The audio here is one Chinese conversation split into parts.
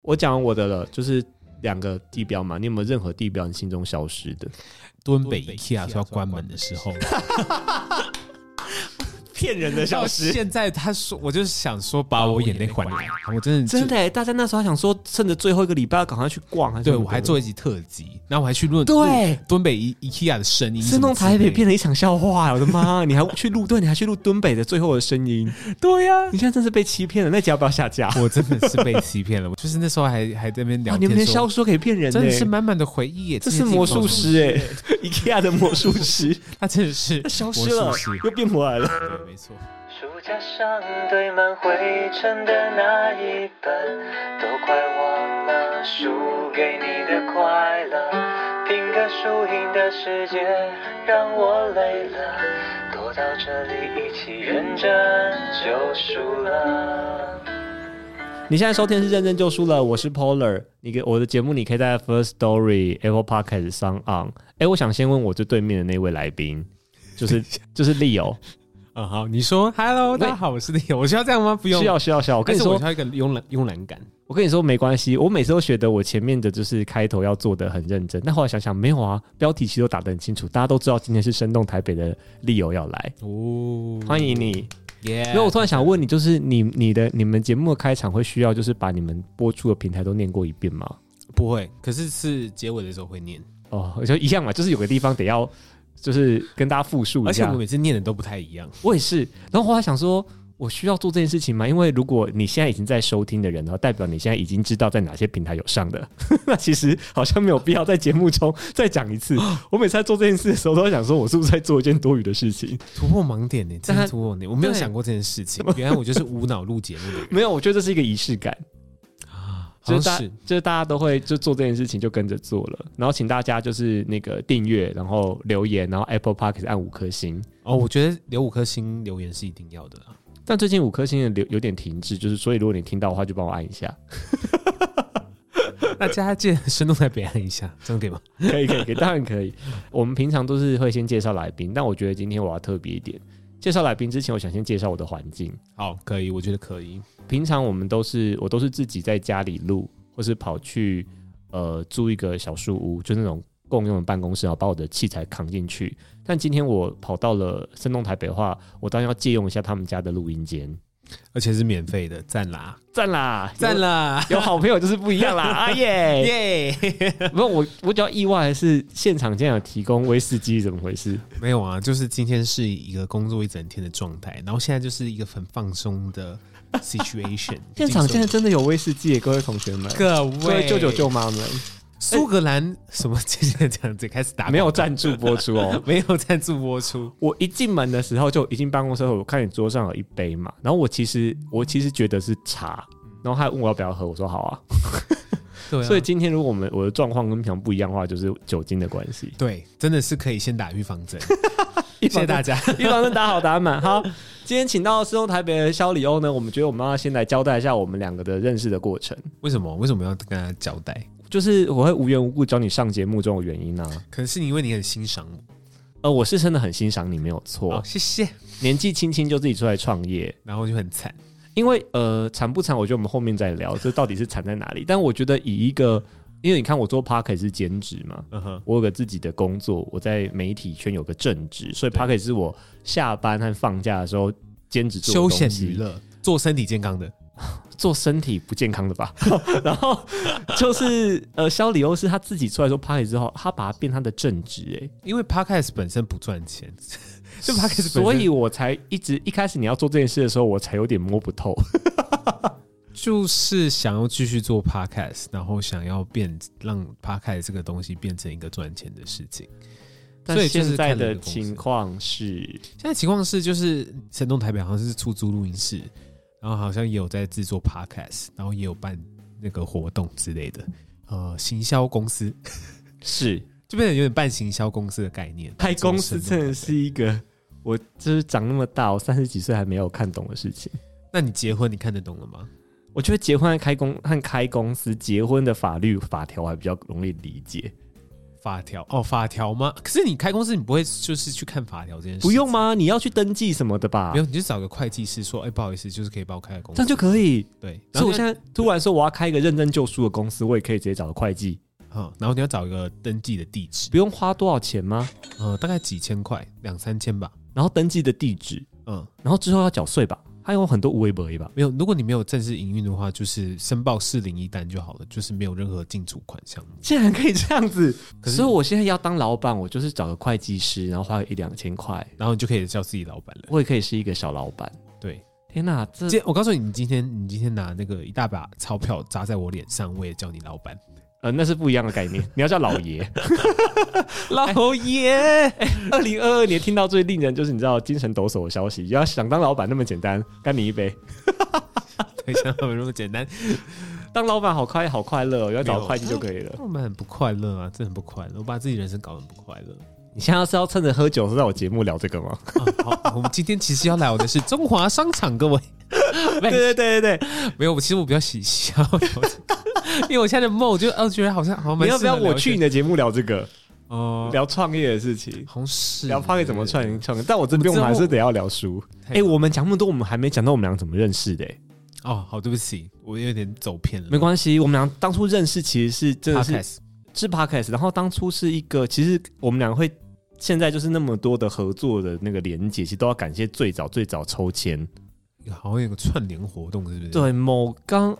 我讲完我的了，就是2个地标嘛，你有没有任何地标你心中消失的？ 敦北 IKEA 说要关门的时候， 骗人的消失。 现在他说，我就是想说把我眼泪还来，我真的耶，大家那时候还想说趁着最后1个礼拜要赶快去逛， 对，我还做一集特辑，然后我还去录敦北 IKEA 的声音， 生动台北变成一场笑话，我的妈！你还去录你还去录敦北的最后的声音， 对呀， 你现在真是被欺骗了，那集要不要下架？ 我真的是被欺骗了，我就是那时候还在那边聊天， 你们连销售可以骗人， 真的是满满的回忆耶， 这是魔术师哎，IKEA 的魔术师， 他真的是消失了，又变回来了， 对，没错。 书架上堆满灰尘的那一本，都快忘了输给你的快乐。拼个输赢的世界让我累了，躲到这里一起认真就输了。 你现在收听的是认真就输了，我是 Polar。我的节目你可以在 First Story、Apple Podcast 上 on。我想先问我最对面的那位来宾，就是 Leo。 好，你说 Hello， 大家好，我是 Leo。我需要这样吗？不用， 需要。我跟你说， 我需要一个慵懒感。 我跟你说没关系，我每次都觉得我前面的就是开头要做的很认真，但后来想想没有啊，标题其实都打得很清楚，大家都知道今天是生动台北的 Leo 要来哦，欢迎你。因为我突然想问你，就是你们节目的开场会需要就是把你们播出的平台都念过一遍吗？ 不会，可是结尾的时候会念。 哦，就一样嘛，就是有个地方得要。就是跟大家复述一下， 而且我每次念的都不太一样。 我也是，然后后来想说，我需要做这件事情吗？因为如果你现在已经在收听的人，然后代表你现在已经知道在哪些平台有上的，那其实好像没有必要在节目中再讲一次。我每次在做这件事的时候，都在想说，我是不是在做一件多余的事情？ 突破盲点呢？真的突破盲点，我没有想过这件事情。原来我就是无脑录节目的人。 没有，我觉得这是一个仪式感。就是大家都会就做这件事情就跟着做了，然后请大家就是那个订阅，然后留言，然后 Apple Podcast 按5颗星哦。我觉得留5颗星留言是一定要的啦。 但最近5颗星的有点停滞，就是所以如果你听到的话，就帮我按一下。 那大家记得生动台北按一下，这样可以吗？ 可以，当然可以。我们平常都是会先介绍来宾，但我觉得今天我要特别一点。介绍来宾之前，我想先介绍我的环境。 好，可以，我觉得可以。 平常我都是自己在家里录，或是跑去租一个小树屋，就那种共用的办公室，然后把我的器材扛进去。但今天我跑到了生动台北的话，我当然要借用一下他们家的录音间， 而且是免费的，赞啦！ 有好朋友就是不一样啦！啊耶！不是我比较意外的是，现场竟然有提供威士忌，怎么回事？ 没有啊，就是今天是一个工作一整天的状态，然后现在就是一个很放松的 situation。 现场现在真的有威士忌，各位同学们，各位舅舅舅妈们。 苏格兰什么这样子开始打， 没有赞助播出哦， 没有赞助播出。 我一进门的时候就一进办公室后，我看你桌上有一杯嘛，然后我其实觉得是茶，然后他还问我要不要喝，我说好啊。对啊，所以今天如果我的状况跟平常不一样的话，就是酒精的关系。 对，真的是可以先打预防针。谢谢大家， 预防针打好打满。好，今天请到生动台北的萧里欧呢，我们觉得我们要先来交代一下我们2个的认识的过程。 为什么要跟他交代？ 就是我会无缘无故找你上节目这种原因啊。 可能是因为你很欣赏我。 我是真的很欣赏你，没有错。 好，谢谢。 年纪轻轻就自己出来创业， 然后就很惨。 因为惨不惨，我觉得我们后面再聊，这到底是惨在哪里？但我觉得因为你看我做 Podcast 是兼职嘛，我有个自己的工作，我在媒体圈有个正职，所以 Podcast 是我下班和放假的时候兼职做的东西， 休闲娱乐，做身体健康的。 做身体不健康的吧。然后就是萧里欧是他自己出来做 Podcast 之后，他把它变他的正职因为 Podcast 本身不赚钱， 所以我才一开始你要做这件事的时候，我才有点摸不透。 就是想要继续做 Podcast， 然后想要让 Podcast 这个东西变成一个赚钱的事情。 但现在的情况是， 就是生动台北好像是出租录音室。然后好像也有在制作 podcast， 然后也有办那个活动之类的，行销公司是就变成有点办行销公司的概念。 开公司真的是一个我就是长那么大，我30几岁还没有看懂的事情。 那你结婚你看得懂了吗？ 我觉得结婚和开公司，结婚的法律法条还比较容易理解， 法条法条吗？可是你开公司，你不会就是去看法条这件事？ 不用吗？你要去登记什么的吧？ 不用，你就找个会计师说，不好意思，就是可以帮我开个公司， 这样就可以。 对， 所以我现在突然说我要开一个认真救赎的公司，我也可以直接找个会计。 然后你要找一个登记的地址， 不用花多少钱吗？ 大概几千块，2-3千吧。 然后登记的地址，然后之后要缴税吧？还有很多无微不微吧？ 没有，如果你没有正式营运的话，就是申报401单就好了，就是没有任何进出款项目。 竟然可以这样子！可是我现在要当老板，我就是找个会计师，然后花个1-2千块， 然后你就可以叫自己老板了。 我也可以是一个小老板。 对， 天哪！ 我告诉你，你今天拿那个一大把钞票砸在我脸上，我也叫你老板。 那是不一样的概念，你要叫老爷。 老爷 ，2022年听到最令人就是你知道精神抖擞的消息，要想当老板那么简单，干你一杯。 对，像他们那么简单， 当老板好快乐哦，要找会计就可以了。 我们很不快乐啊，真的很不快乐，我把自己人生搞得很不快乐。 你现在是要趁着喝酒在我节目聊这个吗？ 好，我们今天其实要聊的是中华商场，各位。 对， 没有，其实我比较喜欢因为我现在的梦就觉得好像蛮。 你要不要我去你的节目聊这个？聊创业的事情， 好是聊创业怎么创业，但我这边我们还是得要聊书。我们讲那么多，我们还没讲到我们俩怎么认识的。 好，对不起，我有点走偏了。 没关系，我们俩当初认识其实是真的是 podcast， 然后当初是一个，其实我们俩会现在就是那么多的合作的那个连结，其实都要感谢最早抽签， 好像有个串联活动，是不是？ 对，刚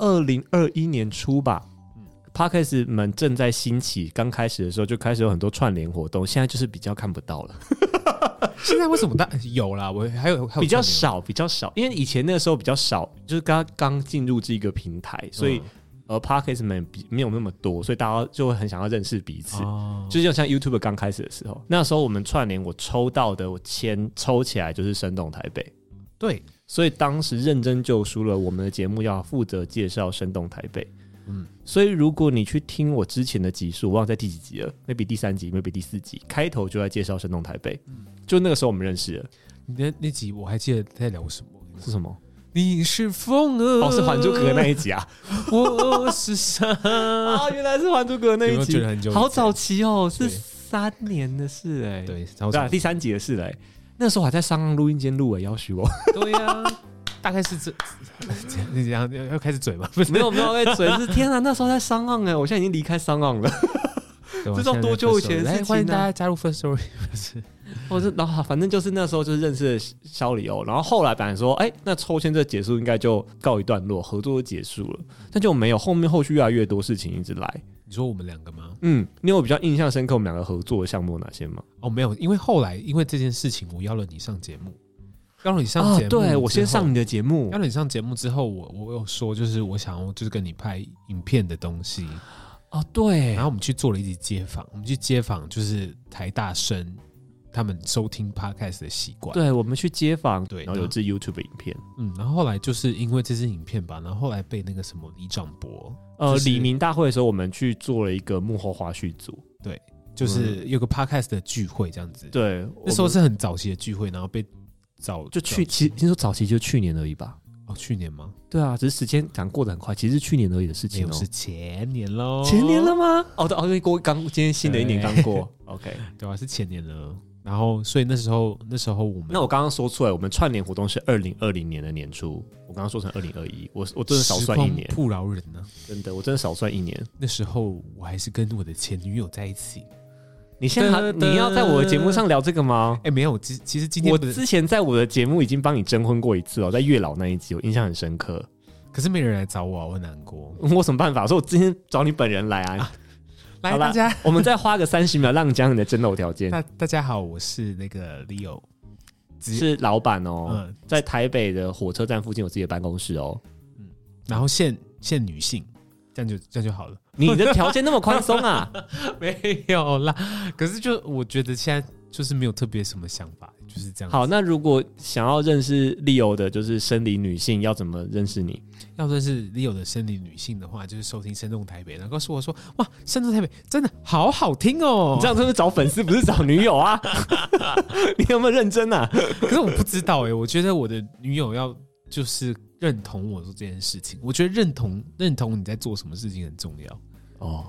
2021年初吧。Podcast 们正在兴起，刚开始的时候就开始有很多串联活动，现在就是比较看不到了。 现在为什么有啦？我还有比较少，因为以前那个时候比较少，就是刚进入这个平台，所以Podcast 们没有那么多，所以大家就会很想要认识彼此。就是像 YouTube 刚开始的时候，那时候我们串联，我抽到的我抽起来就是生动台北。 对， 所以当时认真就输了，我们的节目要负责介绍生动台北。所以如果你去听我之前的集数，我忘了在第几集了 ，maybe 第3集 ，maybe 第4集，开头就在介绍生动台北，就那个时候我们认识了。 你那集我还记得在聊什么？ 是什么？ 你是风儿， 是《还珠格格》那一集啊！ 我是山原来是《还珠格格》那一集， 有没有觉得很久？ 好早期哦，是3年的事对， 第3集的事了。那时候我还在商岸录音间录要许我。 对呀。大概是你这样要开始嘴吗？ 没有开始嘴，是天啊！那时候在商岸我现在已经离开商岸了。这种多久以前的事情？ 欢迎大家加入 First Story。 然后反正就是那时候就是认识了萧里欧，然后后来本来说，那抽签这结束应该就告一段落，合作就结束了，但就没有，后续越来越多事情一直来。 你说我们2个吗？ 你有比较印象深刻我们2个合作的项目有哪些吗？ 没有，因为后来因为这件事情，我邀了你上节目。邀了你上节目， 对，我先上你的节目。 邀了你上节目之后，我有说，就是我想要就是跟你拍影片的东西。 对。 然后我们去做了一集街访，我们去街访就是台大生他们收听 podcast 的习惯。 对，我们去街访， 对， 然后有支 YouTube 影片。 然后后来就是因为这支影片吧，然后后来被那个什么李长博， 李明大会的时候，我们去做了一个幕后花絮组。 对，就是有个 podcast 的聚会这样子。 对， 那时候是很早期的聚会，然后被其实听说早期就去年而已吧？ 去年吗？ 对啊，只是时间过得很快，其实是去年而已的事情。 是前年咯。 前年了吗？今天新的一年刚过。OK， 对啊，是前年了。然后，所以那时候我们， 那我刚刚说出来，我们串联活动是2020年的年初，我刚刚说成2021，我真的少算1年， 不饶人呢， 真的，我真的少算1年。 那时候我还是跟我的前女友在一起。 你要在我的节目上聊这个吗？ 没有，其实今天我之前在我的节目已经帮你征婚过一次在月老那一集，我印象很深刻。 可是没人来找我，我很难过。 我有什么办法？说我今天找你本人来啊！ 来，大家， 我们再花个30秒让你讲你的征友条件。 大家好，我是那个 Leo， 是老板在台北的火车站附近有自己的办公室然后限女性。这样就好了。 你的条件那么宽松啊？ 没有啦，可是我觉得现在就是没有特别什么想法，就是这样。 好，那如果想要认识 Leo 的，就是生理女性，要怎么认识你？ 要认识 Leo 的生理女性的话，就是收听生动台北，然后告诉我说，哇，生动台北真的好好听哦。 你这样是不是找粉丝，不是找女友啊？你有没有认真啊？ 可是我不知道我觉得我的女友要就是认同我做这件事情，我觉得认同你在做什么事情很重要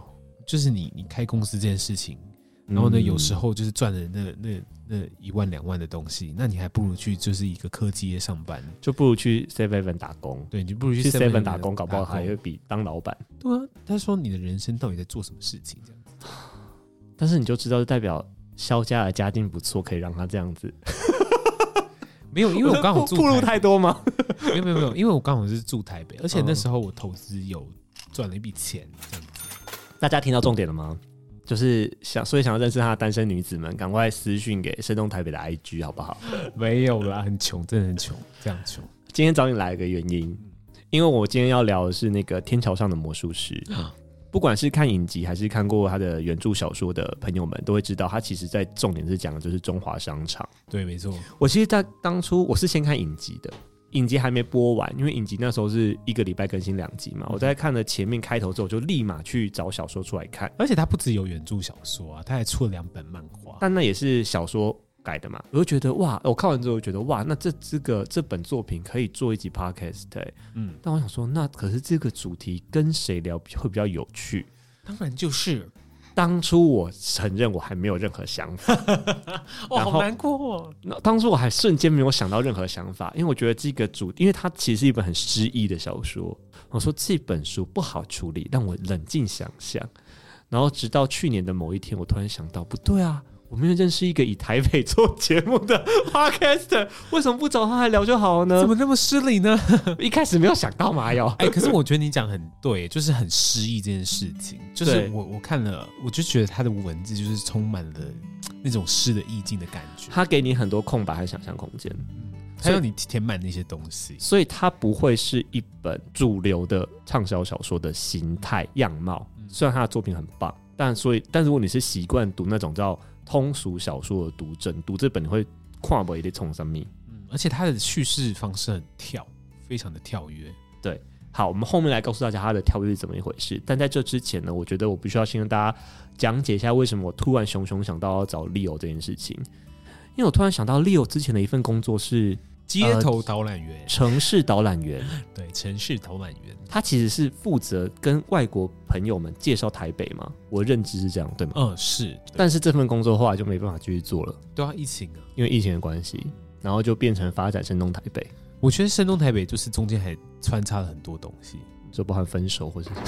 就是你开公司这件事情，然后呢，有时候就是赚了那1万2万的东西，那你还不如去就是一个科技业上班， 就不如去 7-Eleven 打工。 对，你就不如去 7-Eleven 打工，搞不好还会比当老板。 对啊，他说你的人生到底在做什么事情这样子？ 但是你就知道，就代表萧家的家境不错，可以让他这样子。 没有，因为我刚好住铺路太多吗？ 没有，因为我刚好是住台北，而且那时候我投资有赚了一笔钱，这样子。 大家听到重点了吗？就是所以想要认识他的单身女子们，赶快私讯给生动台北的 IG 好不好？ 没有啦，很穷，真的很穷，这样穷。 今天找你来一个原因，因为我今天要聊的是那个天桥上的魔术师。不管是看影集还是看过他的原著小说的朋友们，都会知道他其实在重点是讲的就是中华商场。 对，没错。 我其实在当初我是先看影集的，影集还没播完，因为影集那时候是1个礼拜更新2集嘛。我在看了前面开头之后，就立马去找小说出来看。 而且他不只有原著小说啊，他还出了2本漫画， 但那也是小说改的嘛。我就觉得哇，我看完之后觉得哇，那这本作品可以做一集 podcast 但我想说，那可是这个主题跟谁聊会比较有趣？ 当然就是当初我承认我还没有任何想法， 哇，好难过哦。 当初我还瞬间没有想到任何想法，因为我觉得这个因为它其实是一本很诗意的小说。我说这本书不好处理，让我冷静想想。然后直到去年的某一天，我突然想到，不对啊，我没有认识一个以台北做节目的 podcaster， 为什么不找他来聊就好了呢？ 怎么那么失礼呢？ 一开始没有想到嘛， 可是我觉得你讲很对，就是很诗意这件事情。就是我看了，我就觉得他的文字就是充满了那种诗的意境的感觉， 他给你很多空白和想象空间， 他让你填满那些东西， 所以它不会是一本主流的畅销小说的形态样貌。虽然他的作品很棒，但如果你是习惯读那种叫通俗小说的读者，读这本你会看不一定冲上面。 而且他的叙事方式很非常的跳跃。 对，好，我们后面来告诉大家他的跳跃是怎么一回事。但在这之前呢，我觉得我必须要先跟大家讲解一下为什么我突然熊想到要找 Leo 这件事情。因为我突然想到 Leo 之前的一份工作是街头导览员， 城市导览员。 对，城市导览员， 他其实是负责跟外国朋友们介绍台北嘛，我认知是这样，对吗？ 是。 但是这份工作后来就没办法继续做了。 对啊，疫情啊， 因为疫情的关系，然后就变成发展生动台北。 我觉得生动台北就是中间还穿插了很多东西， 就包含分手或者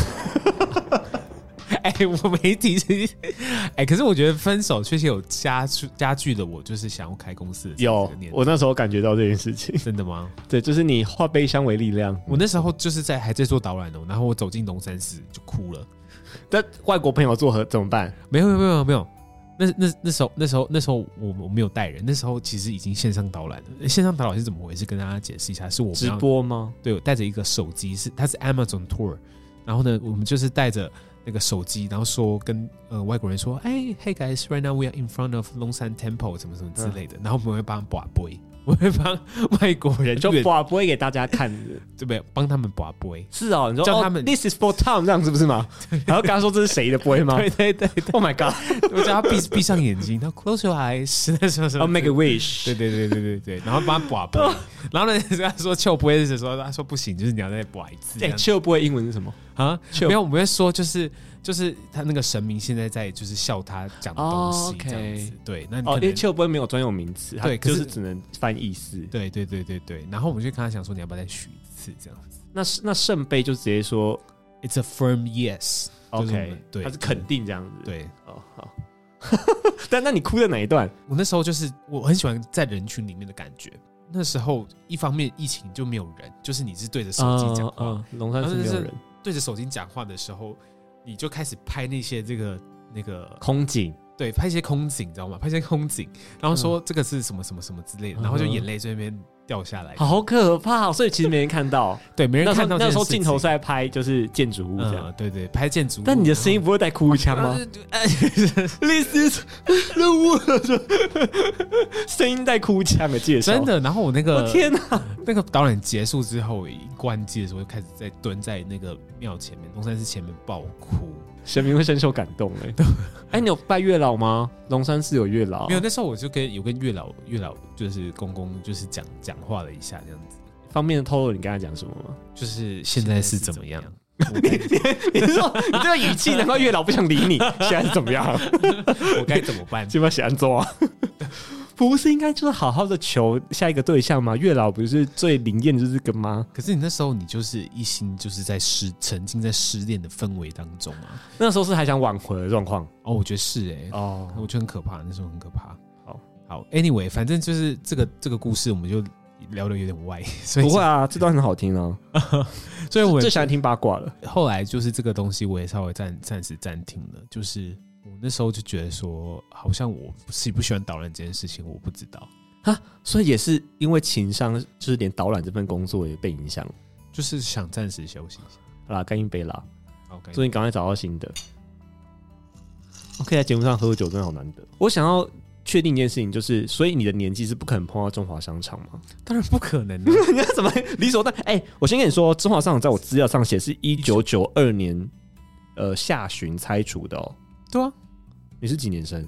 我没提可是我觉得分手确实有加剧了我就是想要开公司的这个念头。 我那时候感觉到这件事情。 真的吗？ 对，就是你化悲伤为力量。 我那时候就是还在做导览哦，然后我走进龙山寺就哭了。 但外国朋友做怎么办？ 没有。那时候我没有带人，那时候其实已经线上导览了。线上导览是怎么回事？跟大家解释一下，是我们直播吗？ 对，我带着一个手机，它是 Amazon Tour， 然后呢，我们就是带着那个手机，然后说跟外国人说，Hey guys, right now we are in front of 龙山 Temple 什么之类的，然后我们会帮他拔杯。我会帮外国人就拔杯给大家看， 对不对？帮他们拔杯。 是哦，你说叫他们 This is for Tom 这样是不是吗？然后跟他说这是谁的杯吗？ 对 ，Oh my god！ 我叫他闭上眼睛，他 Close your eyes， 那什么 ，Make a wish。 对，然后帮他拔杯。然后呢，跟他说秋杯的时候，他说不行，就是你要再拔一次。 秋杯英文是什么啊？没有，我们会说就是他那个神明现在在就是笑他讲的东西这样子。对，那因为秋杯没有专有名词， 对， 就是只能翻意思。 对。然后我们就跟他讲说，你要不要再许一次这样子？ 那圣杯就直接说 It's a firm yes。OK， 对，他是肯定这样子。 对， 好。但那你哭的哪一段？ 我那时候就是我很喜欢在人群里面的感觉。那时候一方面疫情就没有人，就是你是对着手机讲话， 龙山是没有人。 对着手机讲话的时候，你就开始拍那些那个空景。 对，拍一些空景，你知道吗？拍一些空景，然后说这个是什么什么什么之类的，然后就眼泪在那边掉下来， 好可怕！所以其实没人看到， 对，没人看到。 那时候镜头是在拍就是建筑物这样， 对，拍建筑物。 但你的声音不会带哭腔吗？This is the world， 声音带哭腔的介绍， 真的。然后我那个天哪， 那个导演结束之后，一关机的时候，就开始在蹲在那个庙前面，龙山寺前面爆哭。 神明会深受感动你有拜月老吗？龙山寺有月老？ 没有，那时候我就跟月老就是公公就是讲话了一下这样子。 方便透露你刚才讲什么吗？ 就是现在是怎么样？ 你是说你这个语气，难怪月老不想理你？现在是怎么样？ 我该怎么办？ 要不要写安坐啊？不是应该就是好好的求下一个对象吗？月老不是最灵验的就是这个吗？ 可是你那时候你就是一心就是在沉浸在失恋的氛围当中啊。 那时候是还想挽回的状况哦，我觉得是哦， 我觉得很可怕，那时候很可怕。 好 ，anyway， 反正就是这个故事我们就聊得有点歪，所以不会啊，这段很好听啊， 所以我最喜欢听八卦了。 后来就是这个东西我也稍微暂时暂停了，就是我那时候就觉得说，好像我喜不喜欢导览这件事情，我不知道啊，所以也是因为情商，就是连导览这份工作也被影响， 就是想暂时休息一下。 好啦，干一杯啦， 好， 所以你赶快找到新的。OK， 在节目上喝酒真的好难得。我想要确定一件事情，就是所以你的年纪是不可能碰到中华商场吗？ 当然不可能、啊， 你要怎么理所当然？我先跟你说，中华商场在我资料上写是1992年下旬拆除的哦。 对啊， 你是几年生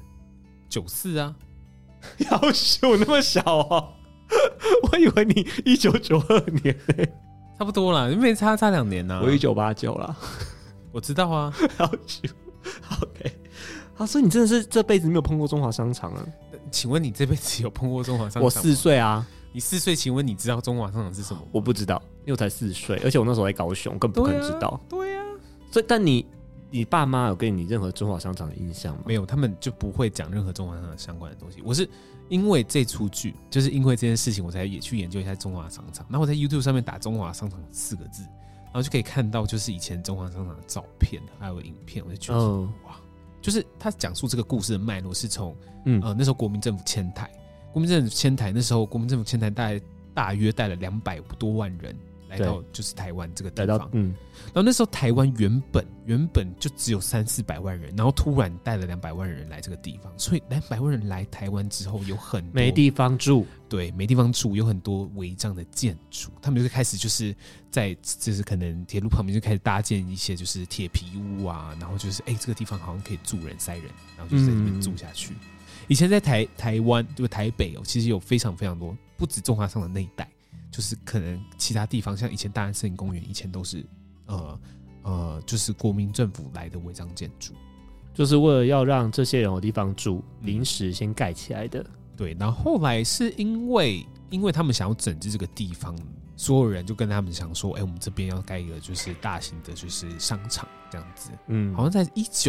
？94啊， 要秀那么小哦？我以为你1992年差不多啦，因为差2年呐、啊。 我1989啦， 我知道啊， 要秀 OK。啊，所以你真的是这辈子没有碰过中华商场啊？ 请问你这辈子有碰过中华商场吗？ 我4岁啊。 你4岁，请问你知道中华商场是什么？ 我不知道，因为我才4岁，而且我那时候在高雄，根本不可能知道。 对啊。 所以，但你爸妈有给你任何中华商场的印象吗？ 没有，他们就不会讲任何中华商场相关的东西。我是因为这出剧，就是因为这件事情，我才也去研究一下中华商场。然后我在 YouTube 上面打中华商场4个字，然后就可以看到就是以前中华商场的照片还有影片，我就觉得哇。就是他讲述这个故事的脉络是从那时候国民政府迁台，那时候国民政府迁台大约带了200多万人来到就是台湾这个地方，然后那时候台湾原本就只有300-400万人，然后突然带了200万人来这个地方，所以200万人来台湾之后有很多没地方住， 对，没地方住，有很多违章的建筑，他们就开始就是在就是可能铁路旁边就开始搭建一些就是铁皮屋啊，然后就是这个地方好像可以住人塞人，然后就是在这边住下去。以前在台湾就台北其实有非常非常多，不止中华商场那一带，就是可能其他地方，像以前大安森林公园，以前都是就是国民政府来的违章建筑， 就是为了要让这些人有地方住，临时先盖起来的。 对，然后后来是因为他们想要整治这个地方，所有人就跟他们想说，我们这边要盖一个就是大型的，就是商场这样子。好像在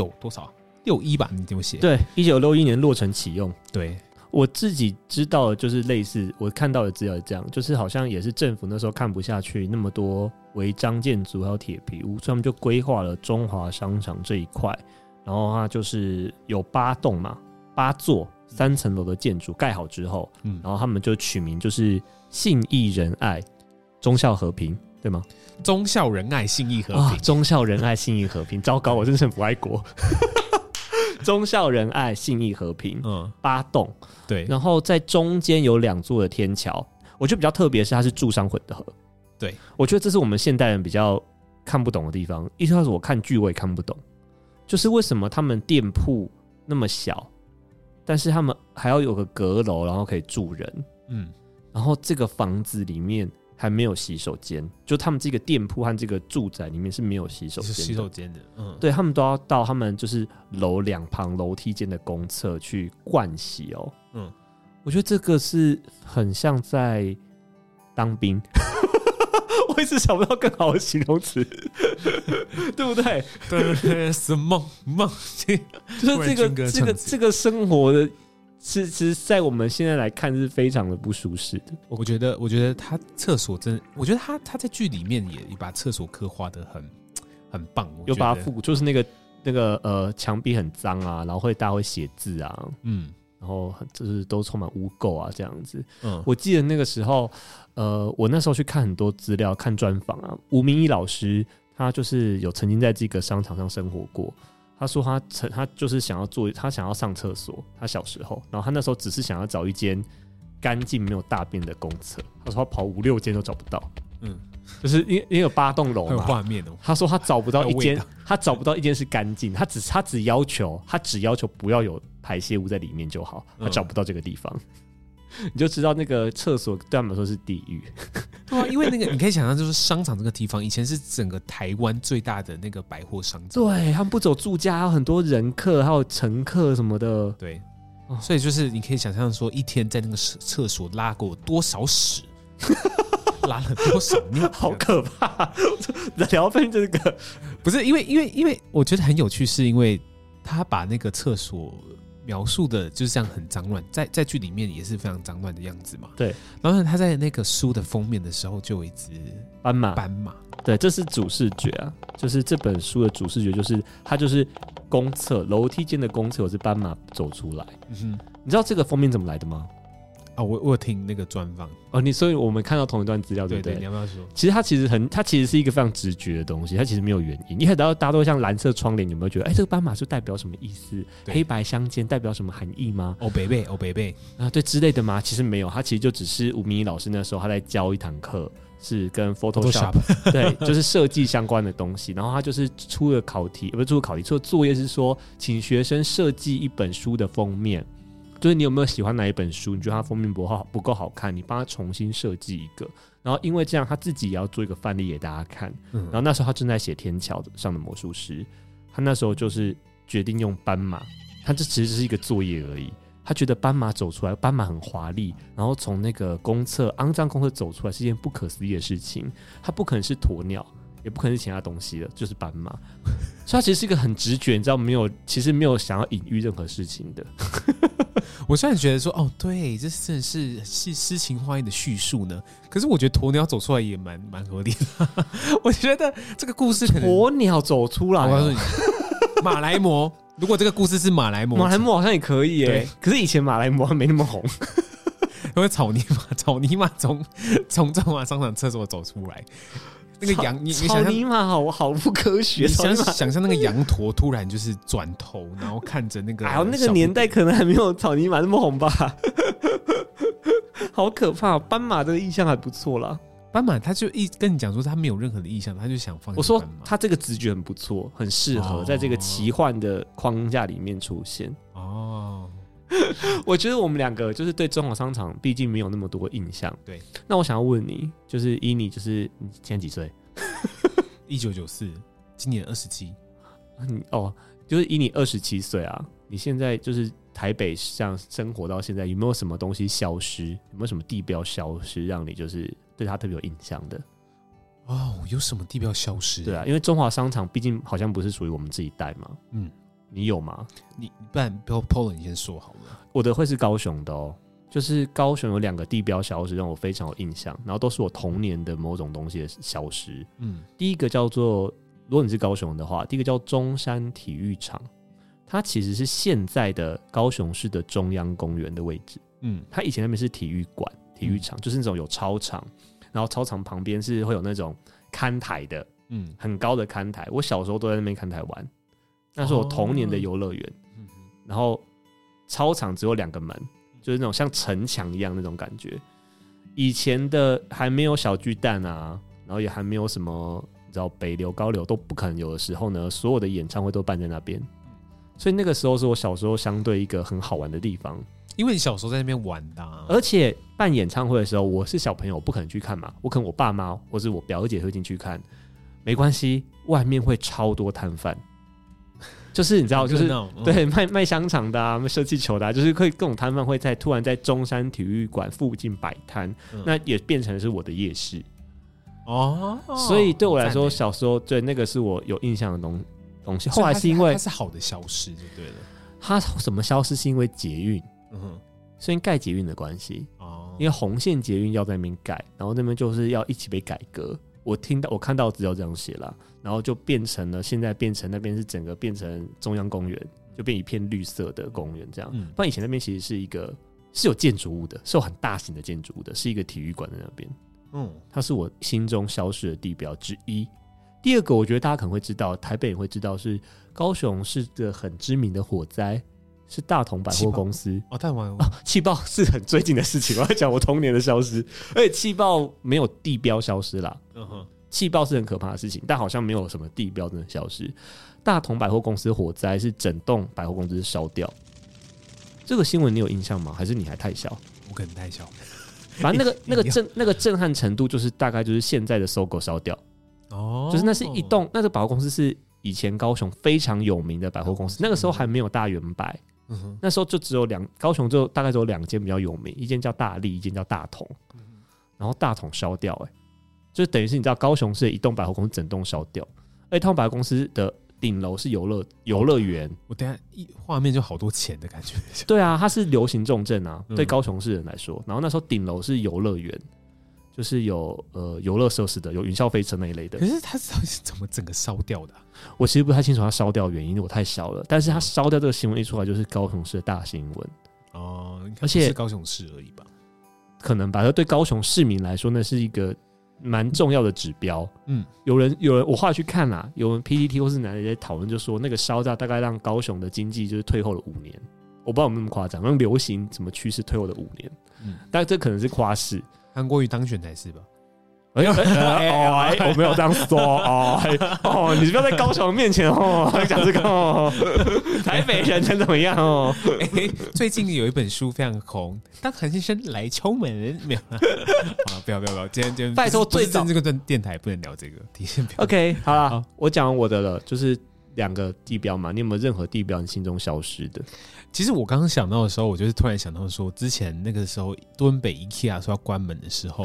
1961吧，你给我写。 对，1961年落成启用。 对。 我自己知道的就是类似我看到的资料是这样，就是好像也是政府那时候看不下去那么多违章建筑还有铁皮屋，所以他们就规划了中华商场这一块，然后它就是有8栋嘛，8座3层楼的建筑盖好之后，然后他们就取名就是信义仁爱忠孝和平，对吗？ 忠孝仁爱信义和平， 忠孝仁爱信义和平，糟糕，我真是很不爱国。忠孝仁爱信义和平，8栋， 对， 然后在中间有2座的天桥。我觉得比较特别的是它是住商混的合， 对， 我觉得这是我们现代人比较看不懂的地方。一开始我看剧我也看不懂，就是为什么他们店铺那么小，但是他们还要有个阁楼，然后可以住人，然后这个房子里面还没有洗手间，就他们这个店铺和这个住宅里面是没有洗手间的， 是洗手间的， 对，他们都要到他们就是楼2旁楼梯间的公厕去盥洗哦。我觉得这个是很像在当兵，我一直想不到更好的形容词，对不对？ 对，是梦， 就是这个生活的。其实在我们现在来看是非常的不舒适的。 我觉得他厕所真的，我觉得他在剧里面也把厕所刻画得很棒， 有把它就是那个墙壁很脏啊，然后大家会写字啊，然后就是都充满污垢啊这样子。我记得那个时候，我那时候去看很多资料，看专访啊，吴明义老师他就是有曾经在这个商场上生活过。他说他就是想要上厕所，他小时候，然后他那时候只是想要找一间干净没有大便的公厕，他说他跑5-6间都找不到，就是因为有8栋楼嘛， 有画面哦。 他说他找不到一间是干净，他只要求不要有排泄物在里面就好，他找不到这个地方。你就知道那个厕所对他们来说是地狱。 对啊，因为那个你可以想象，就是商场这个地方以前是整个台湾最大的那个百货商场， 对他们不走住家，还有很多人客，还有乘客什么的。 对，所以就是你可以想象说，一天在那个厕所拉过多少屎，拉了多少尿， 好可怕！聊分这个不是因为我觉得很有趣，是因为他把那个厕所描述的就是这样很脏乱，在剧里面也是非常脏乱的样子嘛。 对， 然后他在那个书的封面的时候就有一只斑马，对，这是主视觉啊，就是这本书的主视觉，就是它就是公厕楼梯间的公厕有只斑马走出来。你知道这个封面怎么来的吗？ 我有听那个专访哦，所以我们看到同一段资料，对不对？ 你要不要说？ 其实它其实是一个非常直觉的东西，它其实没有原因。一开始大家都会像蓝色窗帘，有没有觉得，这个斑马是代表什么意思？黑白相间代表什么含义吗？ 哦，北北啊，对之类的吗？其实没有，它其实就只是吴明义老师那时候他在教一堂课，是跟 Photoshop 对，就是设计相关的东西。然后他就是出了作业是说，请学生设计一本书的封面。就是你有没有喜欢哪一本书？你觉得它封面不够好看，你帮他重新设计一个。然后因为这样，他自己也要做一个范例给大家看。然后那时候他正在写《天桥上的魔术师》，他那时候就是决定用斑马，他这其实是一个作业而已。他觉得斑马走出来，斑马很华丽，然后从那个肮脏公厕走出来是一件不可思议的事情。它不可能是鸵鸟，也不可能是其他东西了，就是斑马。所以它其实是一个很直觉，你知道其实没有想要隐喻任何事情的。 我虽然觉得说，哦，对，这真的是诗情画意的叙述呢，可是我觉得鸵鸟走出来也蛮合理的。我觉得这个故事可能鸵鸟走出来， 我告诉你，马来貘。如果这个故事是马来貘好像也可以耶。可是以前马来貘还没那么红， 因为草泥马从中华商场厕所走出来。那个羊，你草泥马好不科学。 想象那个羊驼突然就是转头，然后看着那个， 那个年代可能还没有草泥马那么红吧。好可怕！斑马这个意象还不错啦。 斑马他就跟你讲说他没有任何的意象，他就想放。 我说他这个直觉很不错，很适合在这个奇幻的框架里面出现。哦。我觉得我们两个就是对中华商场毕竟没有那么多印象。 对， 那我想要问你，就是以你就是你现在几岁 ？1994，今年27。 哦，就是以你27岁啊，你现在就是台北像生活到现在，有没有什么东西消失？有没有什么地标消失，让你就是对他特别有印象的？ 哦，有什么地标消失？ 对啊，因为中华商场毕竟好像不是属于我们这一代嘛。你有吗？ 你不然 Polo 你先说好了。 我的会是高雄的哦，就是高雄有2个地标消失让我非常有印象，然后都是我童年的某种东西的消失。第一个叫做，如果你是高雄的话，第一个叫中山体育场，它其实是现在的高雄市的中央公园的位置。它以前那边是体育馆、体育场，就是那种有操场，然后操场旁边是会有那种看台的，很高的看台。我小时候都在那边看台玩。那是我童年的游乐园，然后操场只有2个门，就是那种像城墙一样那种感觉。以前的还没有小巨蛋啊，然后也还没有什么你知道北流高流都不可能有的时候呢，所有的演唱会都办在那边，所以那个时候是我小时候相对一个很好玩的地方。 因为你小时候在那边玩的而且办演唱会的时候，我是小朋友，我不可能去看嘛，我可能我爸妈或是我表姐会进去看，没关系，外面会超多摊贩。就是你知道，就是对卖香肠的啊，卖射气球的啊，就是各种摊贩会突然在中山体育馆附近摆摊，那也变成是我的夜市哦。所以对我来说，小时候对那个是我有印象的东西。后来是因为它是好的消失就对了。 它怎么消失？是因为捷运，是因为盖捷运的关系哦。因为红线捷运要在那边盖，然后那边就是要一起被改革。我看到资料这样写啦，然后就变成了现在变成那边是整个变成中央公园，就变一片绿色的公园这样。不然以前那边其实是有建筑物的，是有很大型的建筑物的，是一个体育馆在那边。它是我心中消失的地标之一。第二个，我觉得大家可能会知道，台北也会知道，是高雄是个很知名的火灾。是大同百货公司气爆是很最近的事情。我要讲我童年的消失，而且气爆没有地标消失啦。气爆是很可怕的事情，但好像没有什么地标真的消失。大同百货公司火灾是整栋百货公司烧掉，这个新闻你有印象吗？还是你还太小？ 我可能太小。 反正那个震撼程度，就是大概就是现在的搜狗烧掉哦，就是那是一栋那个百货公司是以前高雄非常有名的百货公司，那个时候还没有大圆百，那时候就只有高雄就大概只有2间比较有名，一间叫大利，一间叫大同，然后大同烧掉，就等于是你知道高雄市的一栋百货公司整栋烧掉，而且他们百货公司的顶楼是游乐园， 我等一下画面就好多钱的感觉。 对啊，它是流行重镇啊，对高雄市人来说。然后那时候顶楼是游乐园，就是有游乐设施的，有云霄飞车那一类的。 可是它怎么整个烧掉的我其实不太清楚它烧掉的原因，我太小了。但是它烧掉这个新闻一出来，就是高雄市的大新闻哦， 而且不是高雄市而已吧？ 可能吧，对高雄市民来说，那是一个蛮重要的指标。有人，我后来去看啦，有人 PTT 或是哪里在讨论，就说那个烧炸大概让高雄的经济就是退后了5年。我不知道有没有那么夸张，让流行什么趋势退后了5年。但这可能是夸饰。 韩国瑜当选才是吧？ 我没有这样说你不要在高雄面前讲这个台北人能怎么样最近有一本书非常红，当韩先生来敲门，没有不要，今天拜托最早这个电台不能聊这个，提前不要。 OK， 好了，我讲我的了，就是2个地标嘛，你有没有任何地标你心中消失的？ 其实我刚刚想到的时候，我就是突然想到说，之前那个时候敦北 IKEA 说要关门的时候。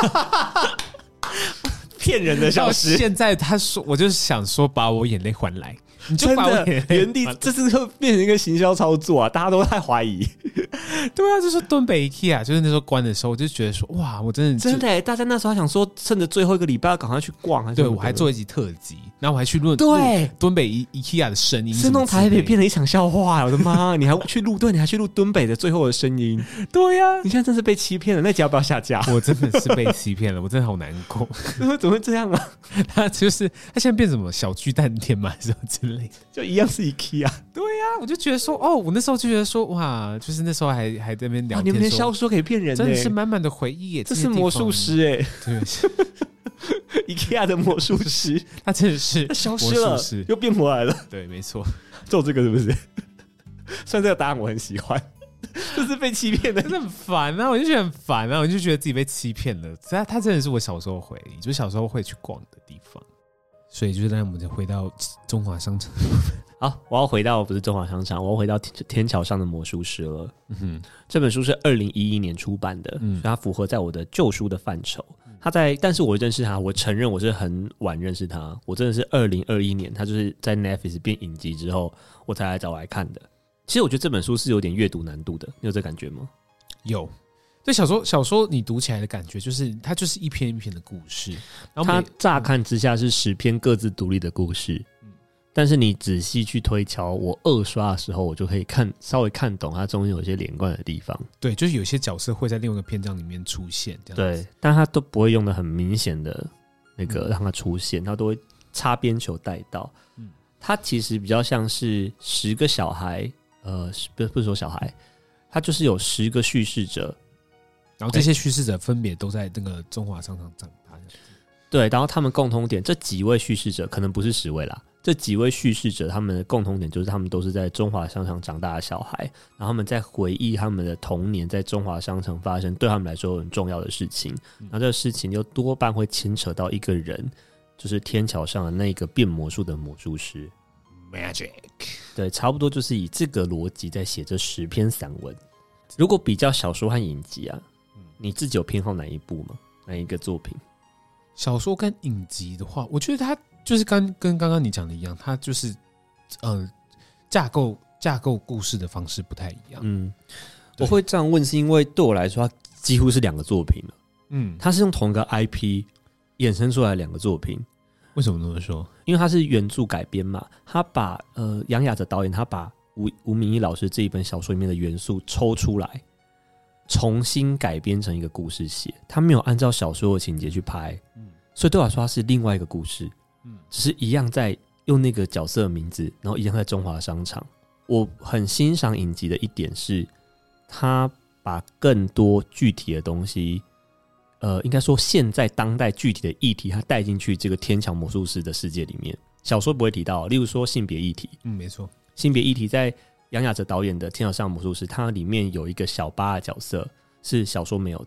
骗人的消失。 现在他说，我就是想说，把我眼泪还来，你就把我眼泪原地，这是会变成一个行销操作啊！大家都太怀疑。 对啊，就是敦北 IKEA，就是那时候关的时候，我就觉得说，哇，我真的大家那时候还想说，趁着最后一个礼拜要赶快去逛。 对，我还做一集特辑，然后我还去录敦北 IKEA 的声音， 声弄台北变成一场笑话。我的妈！你还去录敦北的最后的声音。 对啊， 你现在真是被欺骗了。那集要不要下架？ 我真的是被欺骗了，我真的好难过。 怎么会这样啊？ 他现在变什么小巨蛋店嘛，什么之类的， 就一样是 IKEA。 对啊，我就觉得说，我那时候就觉得说，哇，就是那时候还在那边聊天， 你们连销售可以骗人， 真的是满满的回忆耶。 这是魔术师对，IKEA 的魔术师， 他真的是消失了，又变回来了。 对，没错， 做这个是不是？虽然这个答案我很喜欢。就是被欺骗的， 真的很烦啊！我就觉得很烦啊！我就觉得自己被欺骗了。它真的是我小时候回忆，就是小时候会去逛的地方。所以就是让我们再回到中华商场。 好，我要回到不是中华商场，我要回到天桥上的魔术师了。这本书是2011年出版的，所以它符合在我的旧书的范畴。但是我认识他，我承认我是很晚认识他，我真的是2021年，他就是在 Netflix 变影集之后，我才来找来看的。其实我觉得这本书是有点阅读难度的，你有这感觉吗？ 有，对小说你读起来的感觉就是它就是一篇一篇的故事，然后它乍看之下是10篇各自独立的故事，但是你仔细去推敲，我2刷的时候，我就可以稍微看懂它中间有一些连贯的地方。 对，就是有些角色会在另外一个篇章里面出现，这样子。 对，但它都不会用的很明显的那个让它出现，它都会擦边球带到。它其实比较像是10个小孩。不是说小孩，他就是有10个叙事者， 然后这些叙事者分别都在那个中华商场长大。 对，然后他们共同点，这几位叙事者可能不是10位啦，这几位叙事者他们的共同点就是他们都是在中华商场长大的小孩，然后他们在回忆他们的童年在中华商场发生对他们来说很重要的事情，然后这个事情又多半会牵扯到一个人，就是天桥上的那个变魔术的魔术师。 Magic， 对，差不多就是以这个逻辑在写这10篇散文。如果比较小说和影集啊，你自己有偏好哪一部吗？哪一个作品？ 小说跟影集的话，我觉得它就是跟刚刚你讲的一样，它就是架构故事的方式不太一样。 我会这样问是因为对我来说，它几乎是2个作品了。它是用同一个 IP 衍生出来2个作品。 为什么这么说？ 因为他是原著改编嘛，他把杨雅哲导演他把吴明义老师这一本小说里面的元素抽出来，重新改编成一个故事写，他没有按照小说的情节去拍，所以对我来说他是另外一个故事，只是一样在用那个角色的名字，然后一样在中华商场。我很欣赏影集的一点是，他把更多具体的东西。应该说现在当代具体的议题，它带进去这个天桥魔术师的世界里面，小说不会提到，例如说性别议题。 没错， 性别议题在杨雅哲导演的《天桥上魔术师》，它里面有一个小八的角色是小说没有的，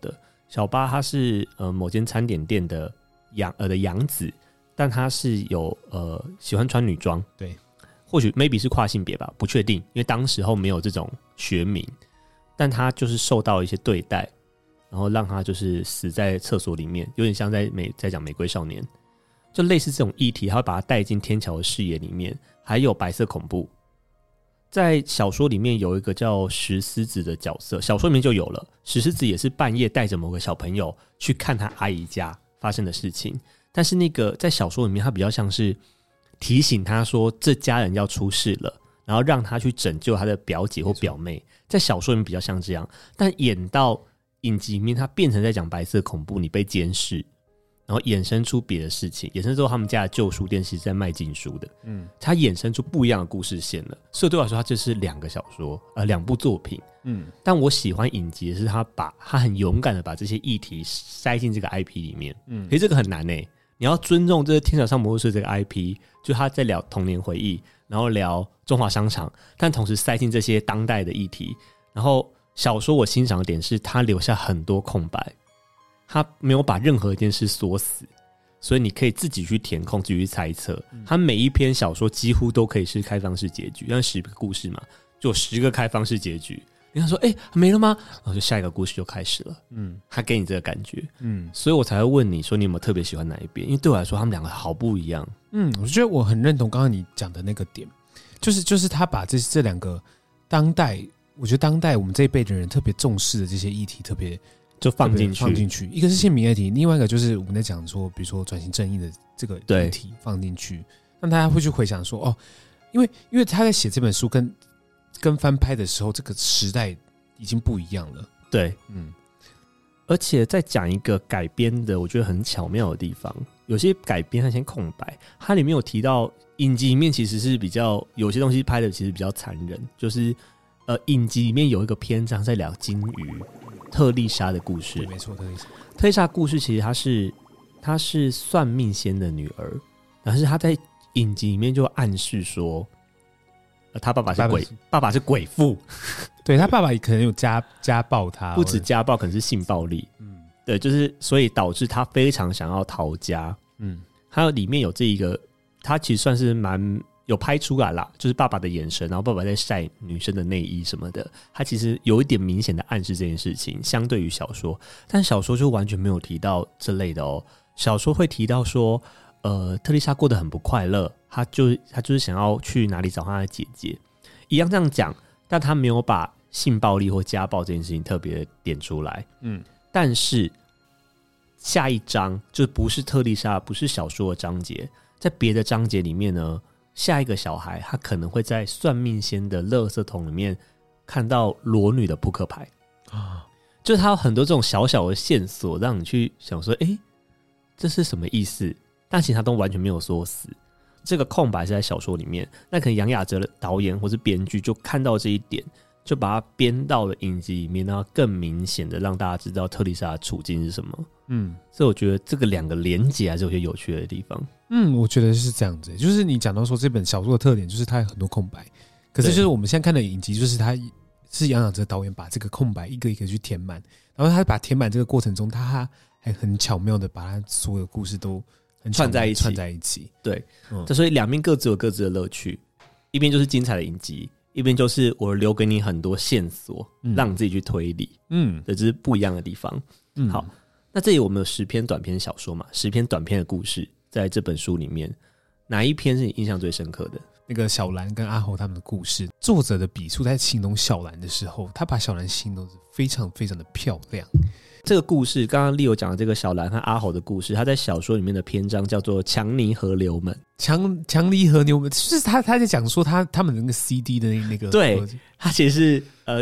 小八他是某间餐点店的养子，但他是有喜欢穿女装， 对， 或许 maybe 是跨性别吧，不确定，因为当时候没有这种学名，但他就是受到一些对待，然后让他就是死在厕所里面，有点像在讲玫瑰少年，就类似这种议题，他会把他带进天桥的视野里面。还有白色恐怖，在小说里面有一个叫石狮子的角色，小说里面就有了。石狮子也是半夜带着某个小朋友去看他阿姨家发生的事情，但是那个在小说里面，他比较像是提醒他说这家人要出事了，然后让他去拯救他的表姐或表妹。在小说里面比较像这样，但演到影集里面，他变成在讲白色恐怖，你被监视。然后衍生出别的事情，衍生之后他们家的旧书店是在卖禁书的，它衍生出不一样的故事线了。所以对我来说，它就是2个小说，2部作品。但我喜欢影集的是他很勇敢的把这些议题塞进这个 IP 里面。可是这个很难欸，你要尊重这个天桥上魔术师这个 IP， 就他在聊童年回忆，然后聊中华商场，但同时塞进这些当代的议题。然后小说我欣赏的点是，他留下很多空白。他没有把任何一件事锁死，所以你可以自己去填空，自己去猜测。他每一篇小说几乎都可以是开放式结局，因为10个故事嘛，就有10个开放式结局。你看说，没了吗？然后就下一个故事就开始了。他给你这个感觉。所以我才会问你说，你有没有特别喜欢哪一边？因为对我来说，他们2个好不一样。 我觉得我很认同刚刚你讲的那个点，就是他把这2个当代，我觉得当代我们这一辈的人特别重视的这些议题，特别。就放进去，一个是性别议题，另外一个就是我们在讲说，比如说转型正义的这个议题放进去，让大家会去回想说，因为他在写这本书跟翻拍的时候，这个时代已经不一样了。 对，而且再讲一个改编的，我觉得很巧妙的地方，有些改编它先空白，它里面有提到影集里面其实是比较有些东西拍的其实比较残忍，就是影集里面有一个篇章在聊金鱼。特丽莎的故事， 没错， 特丽莎故事其实她是算命仙的女儿，但是她在影集里面就暗示说，她爸爸是鬼父， 对，她爸爸可能有家暴她， 不止家暴，可能是性暴力，对，就是所以导致她非常想要逃家，还有里面有这一个，她其实算是蛮。有拍出来啦，就是爸爸的眼神，然后爸爸在晒女生的内衣什么的，他其实有一点明显的暗示这件事情，相对于小说，但小说就完全没有提到这类的哦。小说会提到说，特丽莎过得很不快乐，他就是想要去哪里找他的姐姐，一样这样讲，但他没有把性暴力或家暴这件事情特别点出来。但是下一章就是不是特丽莎，不是小说的章节，在别的章节里面呢。下一个小孩，他可能会在算命仙的垃圾桶里面看到裸女的扑克牌就是他有很多这种小小的线索，让你去想说，这是什么意思？但其实他都完全没有说死。这个空白是在小说里面，那可能杨雅哲的导演或是编剧就看到这一点，就把它编到了影集里面，然后更明显的让大家知道特丽莎的处境是什么。所以我觉得这个2个连结还是有些有趣的地方。 我觉得是这样子，就是你讲到说这本小说的特点就是它有很多空白，可是就是我们现在看的影集，就是它是杨雅哲导演把这个空白一个一个去填满，然后他把填满这个过程中，他还很巧妙的把他所有的故事都很串在一起。对，所以2边各自有各自的乐趣，一边就是精彩的影集，一边就是我留给你很多线索，让你自己去推理。这是不一样的地方。好，那这里我们有10篇短篇小说嘛，10篇短篇的故事。在这本书里面，哪一篇是你印象最深刻的？ 那个小兰跟阿侯他们的故事，作者的笔触在形容小兰的时候，他把小兰形容得非常非常的漂亮。 这个故事，刚刚Leo讲的这个小兰和阿侯的故事，他在小说里面的篇章叫做《强尼河流们》。 强尼河流们，就是他在讲说他们那个 CD 的那个， 对，他其实是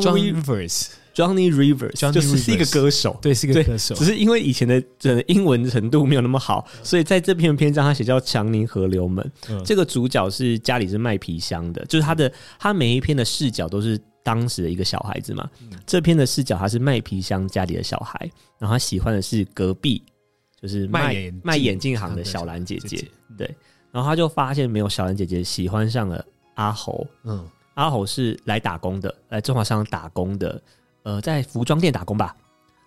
Johnny Rivers 就是一个歌手， 对，是一个歌手。 只是因为以前的英文程度没有那么好，所以在这篇篇章他写叫强尼河流们。这个主角是家里是卖皮箱的，就是他每一篇的视角都是当时的一个小孩子嘛。这篇的视角他是卖皮箱家里的小孩，然后他喜欢的是隔壁就是卖眼镜行的小兰姐姐。对，然后他就发现没有小兰姐姐喜欢上了阿侯。阿侯是来打工的，来中华商场打工的。在服装店打工吧，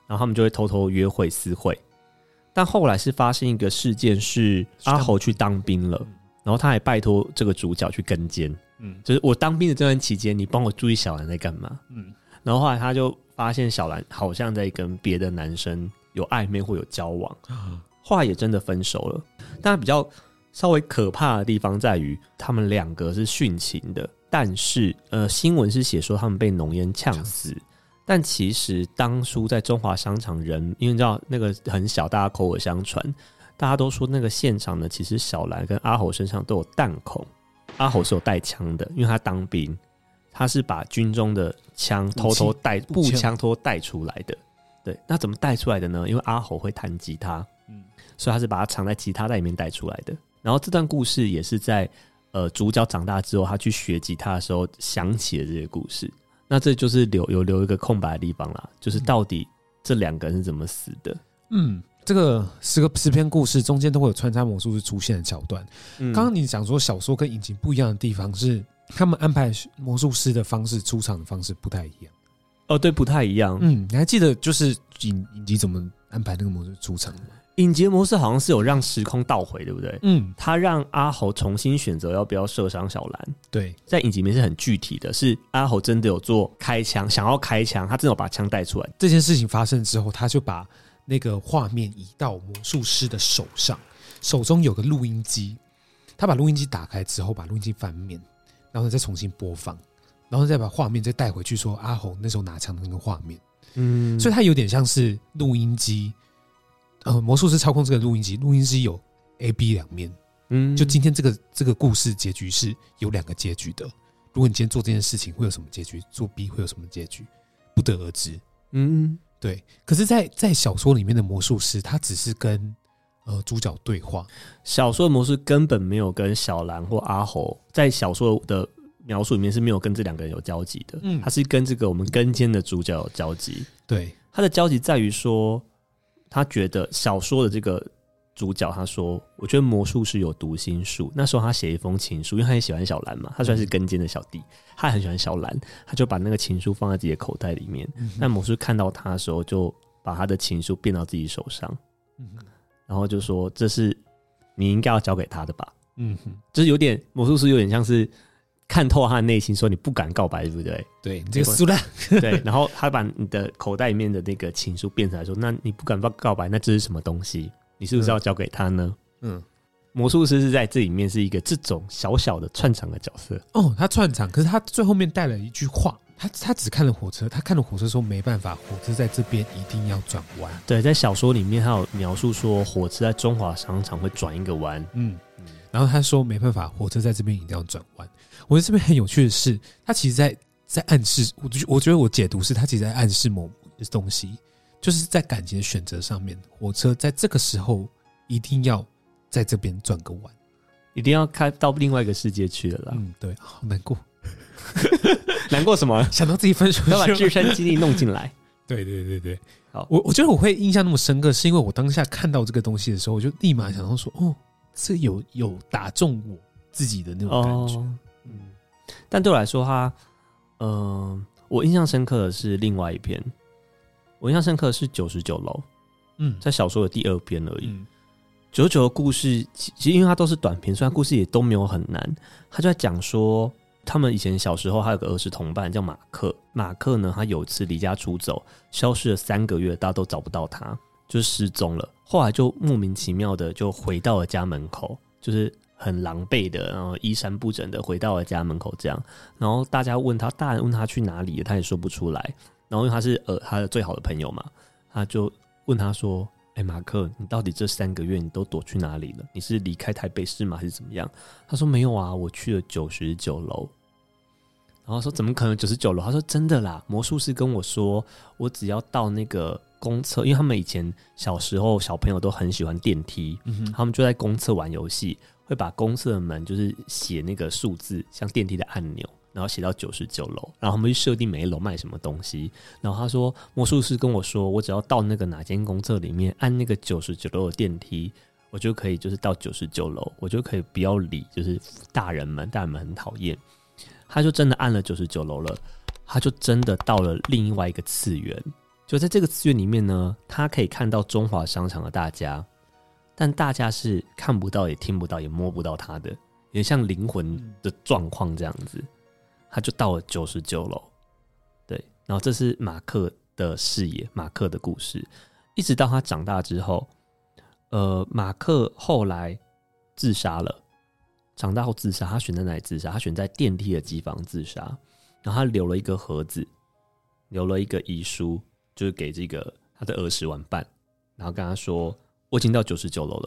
然后他们就会偷偷约会私会。但后来是发生一个事件，是阿猴去当兵了，然后他还拜托这个主角去跟监，就是我当兵的这段期间，你帮我注意小兰在干嘛。然后后来他就发现小兰好像在跟别的男生有暧昧或有交往，后来也真的分手了。但比较稍微可怕的地方在于，他们两个是殉情的，但是新闻是写说他们被浓烟呛死。但其实当初在中华商场人，因为你知道那个很小，大家口耳相传，大家都说那个现场呢，其实小兰跟阿猴身上都有弹孔，阿猴是有带枪的，因为他当兵，他是把军中的枪偷偷带步枪偷偷带出来的。对，那怎么带出来的呢？因为阿猴会弹吉他，所以他是把它藏在吉他袋里面带出来的。然后这段故事也是在主角长大之后，他去学吉他的时候想起了这些故事。那这就是有留一个空白的地方啦，就是到底这两个人是怎么死的？ 这个十篇故事中间都会有穿插魔术师出现的桥段。刚刚你讲说小说跟影集不一样的地方是，他们安排魔术师的方式出场的方式不太一样。 对，不太一样。 你还记得就是影集怎么安排那个魔术出场吗？ 影集的模式好像是有让时空倒回，对不对？他让阿猴重新选择要不要射伤小兰。 对， 在影集里面是很具体的，是阿猴真的有做开枪，想要开枪，他真的有把枪带出来。 这件事情发生之后，他就把那个画面移到魔术师的手上，手中有个录音机，他把录音机打开之后，把录音机翻面，然后再重新播放，然后再把画面再带回去，说阿猴那时候拿枪的那个画面。所以他有点像是录音机。魔术师操控这个录音机，录音机有 A、B 两面。就今天这个故事结局是有两个结局的。如果你今天做这件事情会有什么结局，做 B 会有什么结局，不得而知。对。可是在小说里面的魔术师，他只是跟主角对话。 小说的魔术根本没有跟小兰或阿猴，在小说的描述里面是没有跟这两个人有交集的。他是跟这个我们跟监的主角有交集。 对， 他的交集在于说，他觉得小说的这个主角他说，我觉得魔术师有读心术。那时候他写一封情书，因为他也喜欢小兰嘛，他算是跟监的小弟，他很喜欢小兰，他就把那个情书放在自己的口袋里面。那魔术看到他的时候，就把他的情书变到自己手上，然后就说这是你应该要交给他的吧。就是有点魔术师有点像是看透他的内心，说你不敢告白，对不对？ 对，你这个苏烂。 对，然后他把你的口袋里面的那个情书变出来，说：“那你不敢告白，那这是什么东西？你是不是要交给他呢？”魔术师是在这里面是一个这种小小的串场的角色。 他串场，可是他最后面带了一句话，他只看了火车，他看了火车说没办法，火车在这边一定要转弯。 对，在小说里面他有描述说，火车在中华商场会转一个弯。 然后他说没办法，火车在这边一定要转弯。我觉得这边很有趣的是，他其实在暗示，我觉得我解读是他其实在暗示某东西，就是在感情的选择上面，火车在这个时候一定要在这边转个弯， 一定要开到另外一个世界去了啦。 对，好难过。 难过什么？ 想到自己分手， 要把自身经历弄进来。 对。好，我觉得我会印象那么深刻，是因为我当下看到这个东西的时候，我就立马想到说，这有打中我自己的那种感觉。 但对我来说，我印象深刻的是另外一篇。我印象深刻的是99楼，在小说的第2篇而已。99的故事其实因为它都是短篇，所以它故事也都没有很难。他就在讲说，他们以前小时候还有个儿时同伴叫马克。马克呢，他有一次离家出走，消失了3个月，大家都找不到他，就是失踪了。后来就莫名其妙的就回到了家门口，就是很狼狈的，然后衣衫不整的回到了家门口这样。然后大人问他去哪里了，他也说不出来。然后因为他是他的最好的朋友嘛，他就问他说：“马克，你到底这3个月你都躲去哪里了？你是离开台北市吗？还是怎么样？”他说：“没有啊，我去了99楼。”然后说：“怎么可能99楼？”他说：“真的啦，魔术师跟我说，我只要到那个公厕，因为他们以前小时候小朋友都很喜欢电梯，他们就在公厕玩游戏，会把公厕的门就是写那个数字，像电梯的按钮，然后写到99楼，然后他们去设定每一楼卖什么东西。然后他说，魔术师跟我说，我只要到那个哪间公厕里面按那个99楼的电梯，我就可以就是到99楼，我就可以不要理就是大人们很讨厌。他就真的按了99楼了，他就真的到了另外一个次元。 就在这个寺院里面呢，他可以看到中华商场的大家，但大家是看不到也听不到也摸不到他的，有点像灵魂的状况这样子。他就到了99楼，对，然后这是马克的视野，马克的故事，一直到他长大之后，马克后来自杀了，长大后自杀，他选在哪里自杀？他选在电梯的机房自杀，然后他留了一个盒子，留了一个遗书，就是给这个他的儿时玩伴，然后跟他说：“我已经到99楼了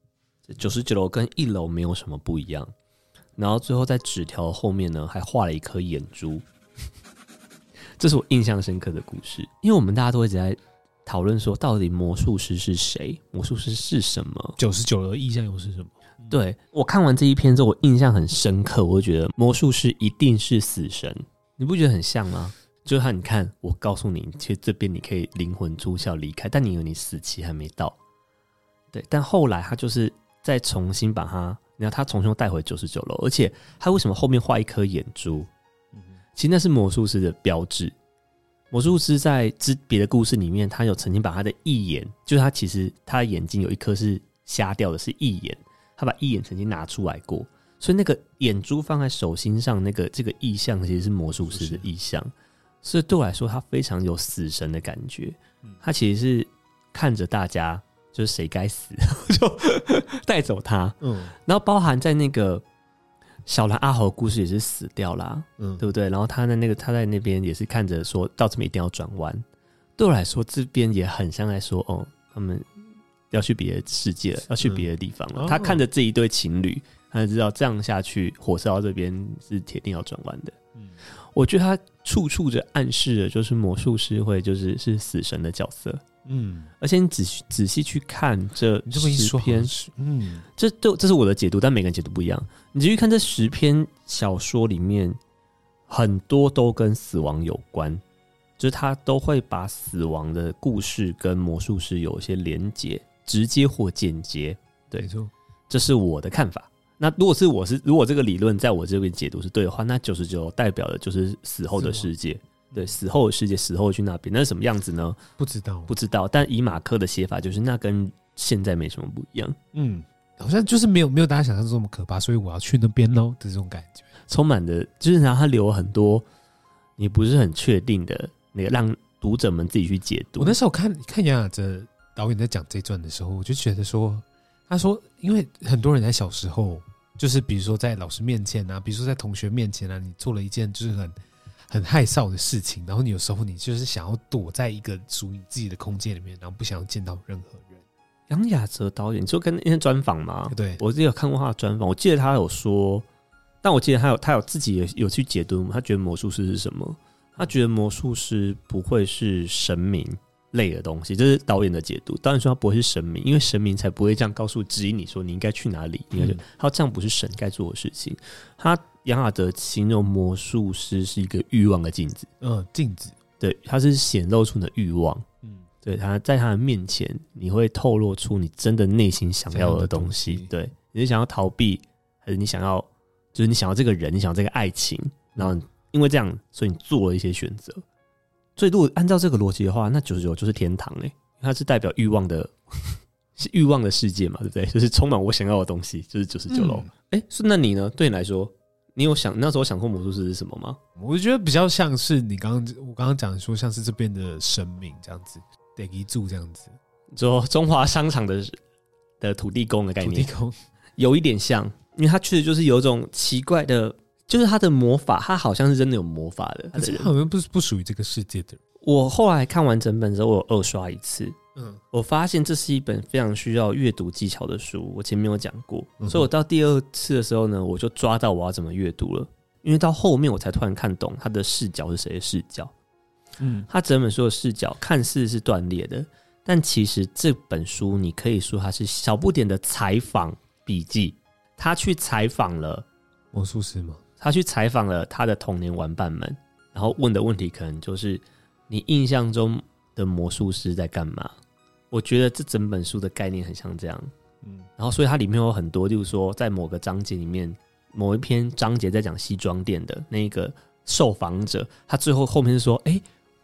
，99楼跟1楼没有什么不一样。”然后最后在纸条后面呢，还画了一颗眼珠。这是我印象深刻的故事，因为我们大家都一直在讨论说，到底魔术师是谁？魔术师是什么 ？99楼的意象又是什么？ 对，我看完这一篇之后，我印象很深刻，我就觉得魔术师一定是死神，你不觉得很像吗？就是他，你看，我告诉你，其实这边你可以灵魂出窍离开，但你以为你死期还没到，对。但后来他就是再重新把他，然后他重新带回99楼，而且他为什么后面画一颗眼珠？其实那是魔术师的标志。魔术师在别的故事里面，他有曾经把他的义眼，就是他其实他的眼睛有一颗是瞎掉的，是义眼，他把义眼曾经拿出来过，所以那个眼珠放在手心上，这个意象其实是魔术师的意象。所以对我来说，他非常有死神的感觉。他其实是看着大家，就是谁该死就带走他。然后包含在那个小兰阿豪的故事也是死掉啦，对不对？然后他在那边也是看着说到这边一定要转弯。对我来说，这边也很像在说，哦，他们要去别的世界了，要去别的地方了。他看着这一对情侣，他就知道这样下去，火车到这边是铁定要转弯的。我觉得他处处的暗示了，就是魔术师会是死神的角色。而且你仔细去看这10篇，这是我的解读，但每个人解读不一样。你仔细看这10篇小说里面，很多都跟死亡有关，就是他都会把死亡的故事跟魔术师有一些连结，直接或间接。对，没错，这是我的看法。那如果这个理论在我这边解读是对的话，那99代表的就是死后的世界。对，死后的世界，死后去那边，那是什么样子呢？ 不知道。 但以马克的写法，就是那跟现在没什么不一样。 好像就是没有大家想象中这么可怕，所以我要去那边咯的这种感觉， 充满的，就是然后他留了很多你不是很确定的那个，让读者们自己去解读。 我那时候看杨雅哲导演在讲这一段的时候，我就觉得说，他说，因为很多人在小时候，就是比如说在老师面前啊，比如说在同学面前啊，你做了一件就是很害臊的事情，然后你有时候你就是想要躲在一个属于自己的空间里面，然后不想要见到任何人。 杨雅哲导演，你说跟那天专访吗？ 对， 我自己有看过他的专访，我记得他有说，但我记得他有自己也有去解读，他觉得魔术师是什么？他觉得魔术师不会是神明类的东西，这是导演的解读。导演说他不会是神明，因为神明才不会这样指引你说你应该去哪里，他这样不是神该做的事情。杨雅哲形容魔术师是一个欲望的镜子， 镜子， 对，他是显露出你的欲望，对，他在他的面前，你会透露出你真的内心想要的东西，对，你是想要逃避，还是你想要，就是你想要这个人，你想要这个爱情，然后因为这样，所以你做了一些选择。所以如果按照这个逻辑的话，那99就是天堂欸，它是代表欲望的，是欲望的世界嘛，对不对？就是充满我想要的东西，就是99楼。那你呢？对你来说，你那时候想过魔术师是什么吗？ 我觉得比较像是我刚刚讲的说，像是这边的神明这样子，地基主这样子， 说中华商场的土地公的概念， 土地公有一点像，因为他确实就是有一种奇怪的，就是他的魔法，他好像是真的有魔法的， 他好像不属于这个世界的人。 我后来看完整本之后，我有2刷一次。我发现这是一本非常需要阅读技巧的书，我前面有讲过，所以我到第2次的时候呢，我就抓到我要怎么阅读了。因为到后面我才突然看懂他的视角是谁的视角。他整本书的视角看似是断裂的，但其实这本书你可以说它是小不点的采访笔记。他去采访了魔术师吗？ 他去采访了他的童年玩伴们，然后问的问题可能就是你印象中的魔术师在干嘛？我觉得这整本书的概念很像这样。然后所以它里面有很多，例如说在某个章节里面，某一篇章节在讲西装店的那个受访者，他最后面是说，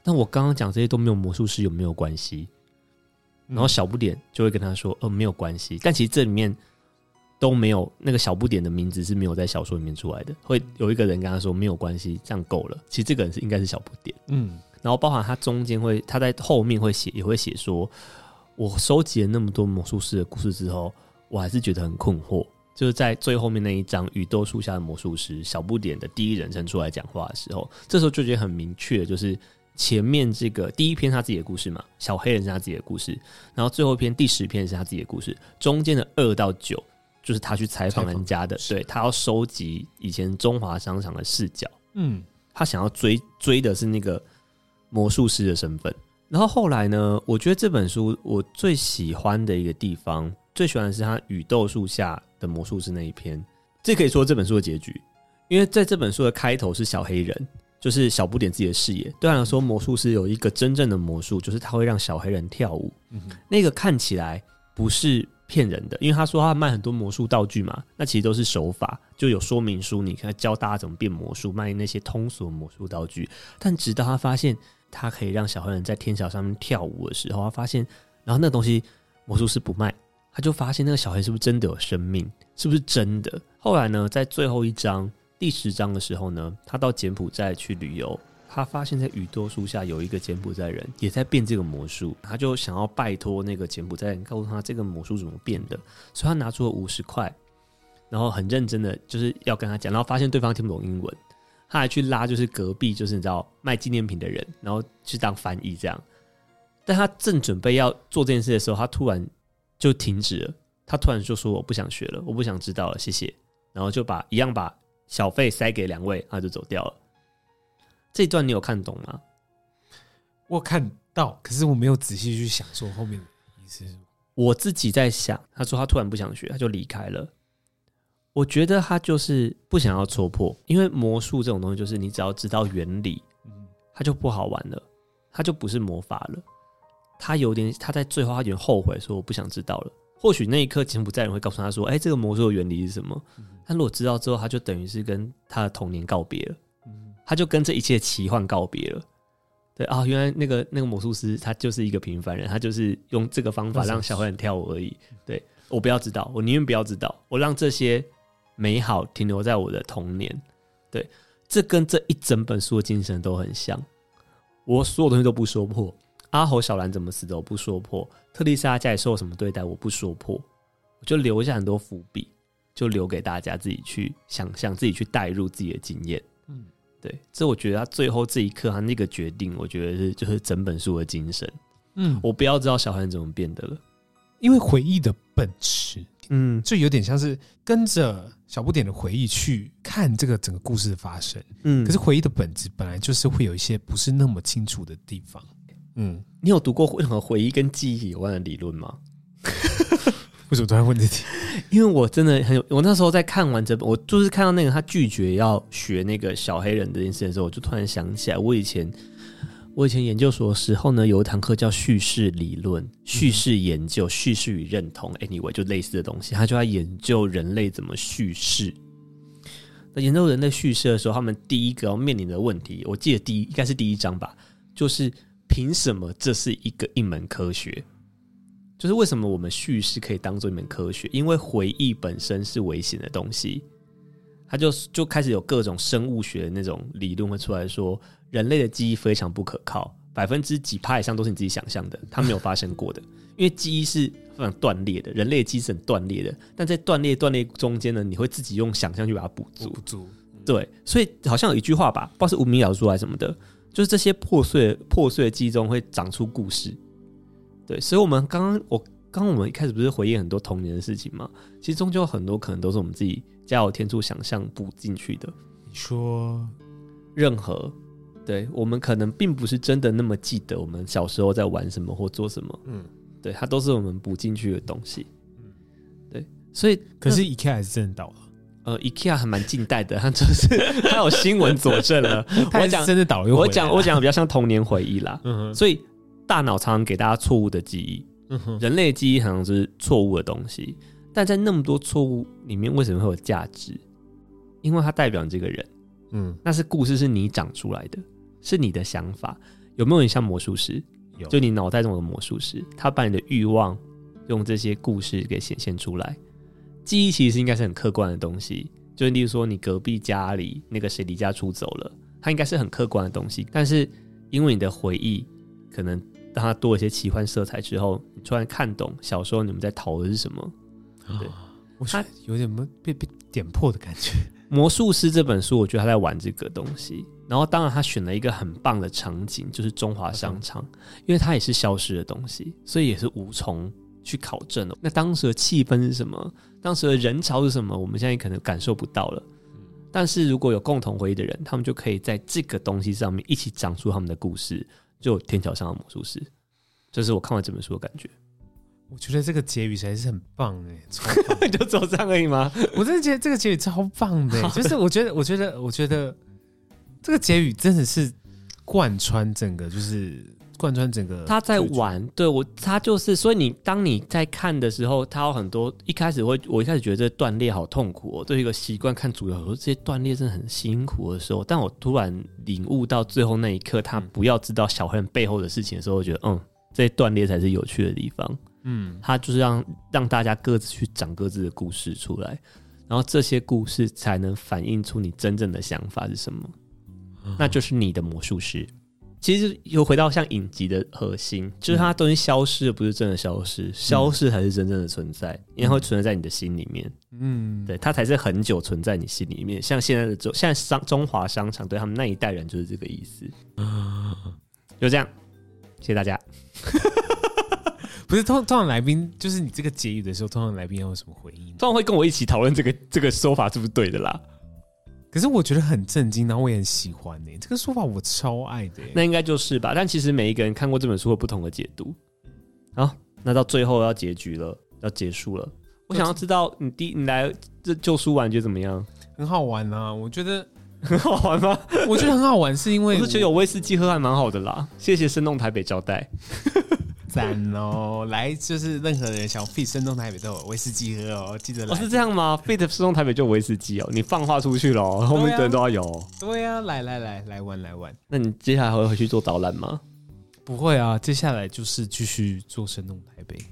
但我刚刚讲这些都没有魔术师有没有关系？然后小不点就会跟他说没有关系，但其实这里面都没有那个小不点的名字是没有在小说里面出来的，会有一个人跟他说没有关系，这样够了。其实这个人应该是小不点，然后包含他中间他在后面也会写说，我收集了那么多魔术师的故事之后，我还是觉得很困惑。就是在最后面那一章雨豆树下的魔术师小不点的第一人称出来讲话的时候，这时候就觉得很明确，就是前面这个第一篇他自己的故事嘛，小黑人是他自己的故事，然后最后一篇第10篇是他自己的故事，中间的2到9就是他去采访人家的，对，他要收集以前中华商场的视角，他想要追的是那个魔术师的身份。然后后来呢，我觉得这本书我最喜欢的一个地方，最喜欢的是他雨豆树下的魔术师那一篇，这可以说这本书的结局，因为在这本书的开头是小黑人，就是小不点自己的视野。对他来说，魔术师有一个真正的魔术，就是他会让小黑人跳舞，那个看起来不是骗人的，因为他说他卖很多魔术道具嘛，那其实都是手法，就有说明书，你看教大家怎么变魔术，卖那些通俗的魔术道具。但直到他发现他可以让小黑人在天桥上面跳舞的时候，他发现，然后那个东西魔术师不卖，他就发现那个小黑是不是真的有生命，是不是真的。后来呢，在最后一章第10章的时候呢，他到柬埔寨去旅游，他发现在雨豆树下有一个柬埔寨人也在变这个魔术，他就想要拜托那个柬埔寨人告诉他这个魔术怎么变的，所以他拿出了50块，然后很认真的就是要跟他讲，然后发现对方听不懂英文，他还去拉就是隔壁就是你知道卖纪念品的人，然后去当翻译这样。但他正准备要做这件事的时候，他突然就停止了，他突然就说我不想学了，我不想知道了，谢谢，然后就一样把小费塞给2位，他就走掉了。这一段你有看懂吗？ 我看到，可是我没有仔细去想说后面的意思是什么。 我自己在想，他说他突然不想学，他就离开了。我觉得他就是不想要戳破，因为魔术这种东西就是你只要知道原理，它就不好玩了，它就不是魔法了。他在最后他有点后悔，说我不想知道了。或许那一刻柬埔寨人会告诉他说：“这个魔术的原理是什么？”但如果知道之后，他就等于是跟他的童年告别了，他就跟这一切奇幻告别了。对啊，原来那个魔术师他就是一个平凡人，他就是用这个方法让小黑人跳舞而已。对，我不要知道，我宁愿不要知道，我让这些美好停留在我的童年。对，这跟这一整本书的精神都很像。我所有东西都不说破，阿猴小兰怎么死的我不说破，特丽莎家里受什么对待我不说破，我就留下很多伏笔，就留给大家自己去想象，自己去带入自己的经验。对，这我觉得他最后这一刻他那个决定，我觉得就是整本书的精神。我不要知道小黑人怎么变的了， 因为回忆的本质，就有点像是跟着小不点的回忆去看这个整个故事的发生。可是回忆的本质本来就是会有一些不是那么清楚的地方。 你有读过任何回忆跟记忆有关的理论吗？ 为什么突然问这题？ 因为我真的我那时候在看完这本，我就是看到那个他拒绝要学那个小黑人这件事的时候，我就突然想起来，我以前研究所的时候呢，有一堂课叫叙事理论、叙事研究、叙事与认同 ，anyway 就类似的东西，他就在研究人类怎么叙事。那研究人类叙事的时候，他们第一个要面临的问题，我记得应该是第1章吧，就是凭什么这是一门科学？就是为什么我们叙事可以当做一门科学？因为回忆本身是危险的东西，他就开始有各种生物学的那种理论会出来说，人类的记忆非常不可靠，%几以上都是你自己想象的，它没有发生过的。因为记忆是非常断裂的，人类的记忆是很断裂的，但在断裂中间呢，你会自己用想象去把它补足。对，所以好像有一句话吧，不知道是吴明老师说还是什么的，就是这些破碎的记忆中会长出故事。对，所以我们刚刚我们一开始不是回忆很多童年的事情吗？其实终究很多可能都是我们自己加有天助想象补进去的。 你说任何，对，我们可能并不是真的那么记得我们小时候在玩什么或做什么，对，它都是我们补进去的东西。对，所以可是 IKEA 还是真的倒了。 IKEA 还蛮近代的，它它有新闻佐证了。 我讲真的倒了又回来了， 我讲比较像童年回忆啦。所以大脑常常给大家错误的记忆，人类的记忆常常是错误的东西，但在那么多错误里面，为什么会有价值？因为它代表你这个人，那是故事是你长出来的，是你的想法。 有没有很像魔术师？ 有， 就你脑袋中的魔术师，他把你的欲望用这些故事给显现出来。记忆其实应该是很客观的东西，就例如说你隔壁家里那个谁离家出走了，它应该是很客观的东西，但是因为你的回忆可能让它多了一些奇幻色彩之后，你突然看懂小时候你们在讨的是什么。对， 我觉得有点被点破的感觉。 魔术师这本书，我觉得他在玩这个东西，然后当然他选了一个很棒的场景，就是中华商场，因为它也是消失的东西，所以也是无从去考证的。那当时的气氛是什么？当时的人潮是什么？我们现在可能感受不到了。但是如果有共同回忆的人，他们就可以在这个东西上面一起讲出他们的故事，就天桥上的魔术师。这是我看完这本书的感觉。 我觉得这个结语实在是很棒哎，超棒就只有这样而已吗？ 我真的觉得这个结语超棒的，就是我觉得这个结语真的是贯穿整个，就是贯穿整个。 他在玩，对我，他就是，所以当你在看的时候，他有很多我一开始觉得这断裂好痛苦哦，对一个习惯看主流，我说这些断裂真的很辛苦的时候，但我突然领悟到最后那一刻，他不要知道小黑人背后的事情的时候，我觉得这些断裂才是有趣的地方。他就是让大家各自去讲各自的故事出来，然后这些故事才能反映出你真正的想法是什么，那就是你的魔术师。其实又回到像影集的核心，就是它东西消失的不是真的消失，消失才是真正的存在，因为它会存在在你的心里面。对，它才是很久存在你心里面。像现在中华商场对他们那一代人就是这个意思。就这样，谢谢大家。 不是通常来宾，就是你这个结语的时候，通常来宾要有什么回应？ 通常会跟我一起讨论这个说法是不是对的啦。 可是我觉得很震惊，然后我也很喜欢这个说法，我超爱的。 那应该就是吧，但其实每一个人看过这本书有不同的解读。好，那到最后要结局了，要结束了。我想要知道你来这旧书玩觉得怎么样？ 很好玩啊，我觉得很好玩吗？ 我觉得很好玩，是因为我是觉得有威士忌喝还蛮好的啦。谢谢生动台北招待。 赞哦！来，就是任何人想 fit 生动台北都有威士忌喝哦，记得来。 是这样吗 ？fit 生动台北就有威士忌哦，你放话出去了，后面的人都要有。 对啊，来玩。 那你接下来会回去做导览吗？ 不会啊，接下来就是继续做生动台北，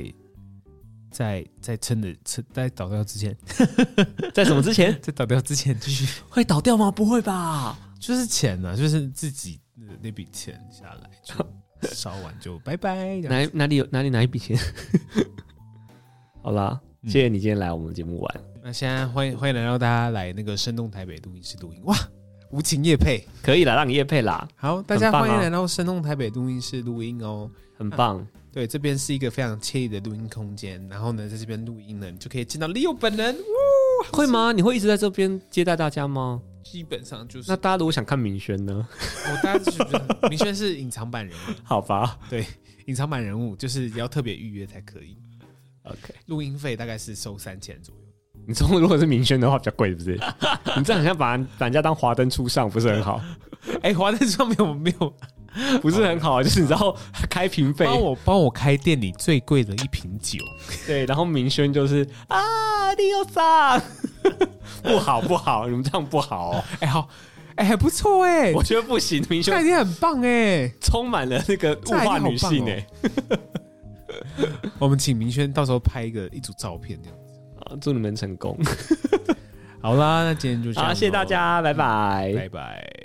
在在倒掉之前， 在什么之前？ 在倒掉之前继续。 会倒掉吗？不会吧？ 就是钱啊，就是自己那笔钱下来就。烧完就拜拜。 哪一笔钱？好啦，谢谢你今天来我们节目玩。 那现在欢迎来到大家来那个生动台北录音室录音。哇，无情业配可以啦，让你业配啦。 好，大家欢迎来到生动台北录音室录音哦， 很棒。 对，这边是一个非常惬意的录音空间。然后呢，在这边录音呢，你就可以见到 Leo 本人。 会吗？你会一直在这边接待大家吗？ 基本上就是。 那大家如果想看明轩呢？ 大家就是觉得明轩是隐藏版人物。 好吧， 对，隐藏版人物就是要特别预约才可以。 OK， 录音费大概是收3000左右。 你说如果是明轩的话比较贵，是不是？你这样好像把人家当华灯初上，不是很好。 华灯上面我没有。 不是很好，就是你知道开瓶费， 帮我开店里最贵的一瓶酒， 对，然后明轩就是你有上，不好，你们这样不好哦。 好，还不错我觉得不行，明轩那一定很棒充满了那个物化女性我们请明轩到时候拍一组照片这样子， 祝你们成功。 好啦，那今天就这样， 好，谢谢大家，拜拜， 拜拜。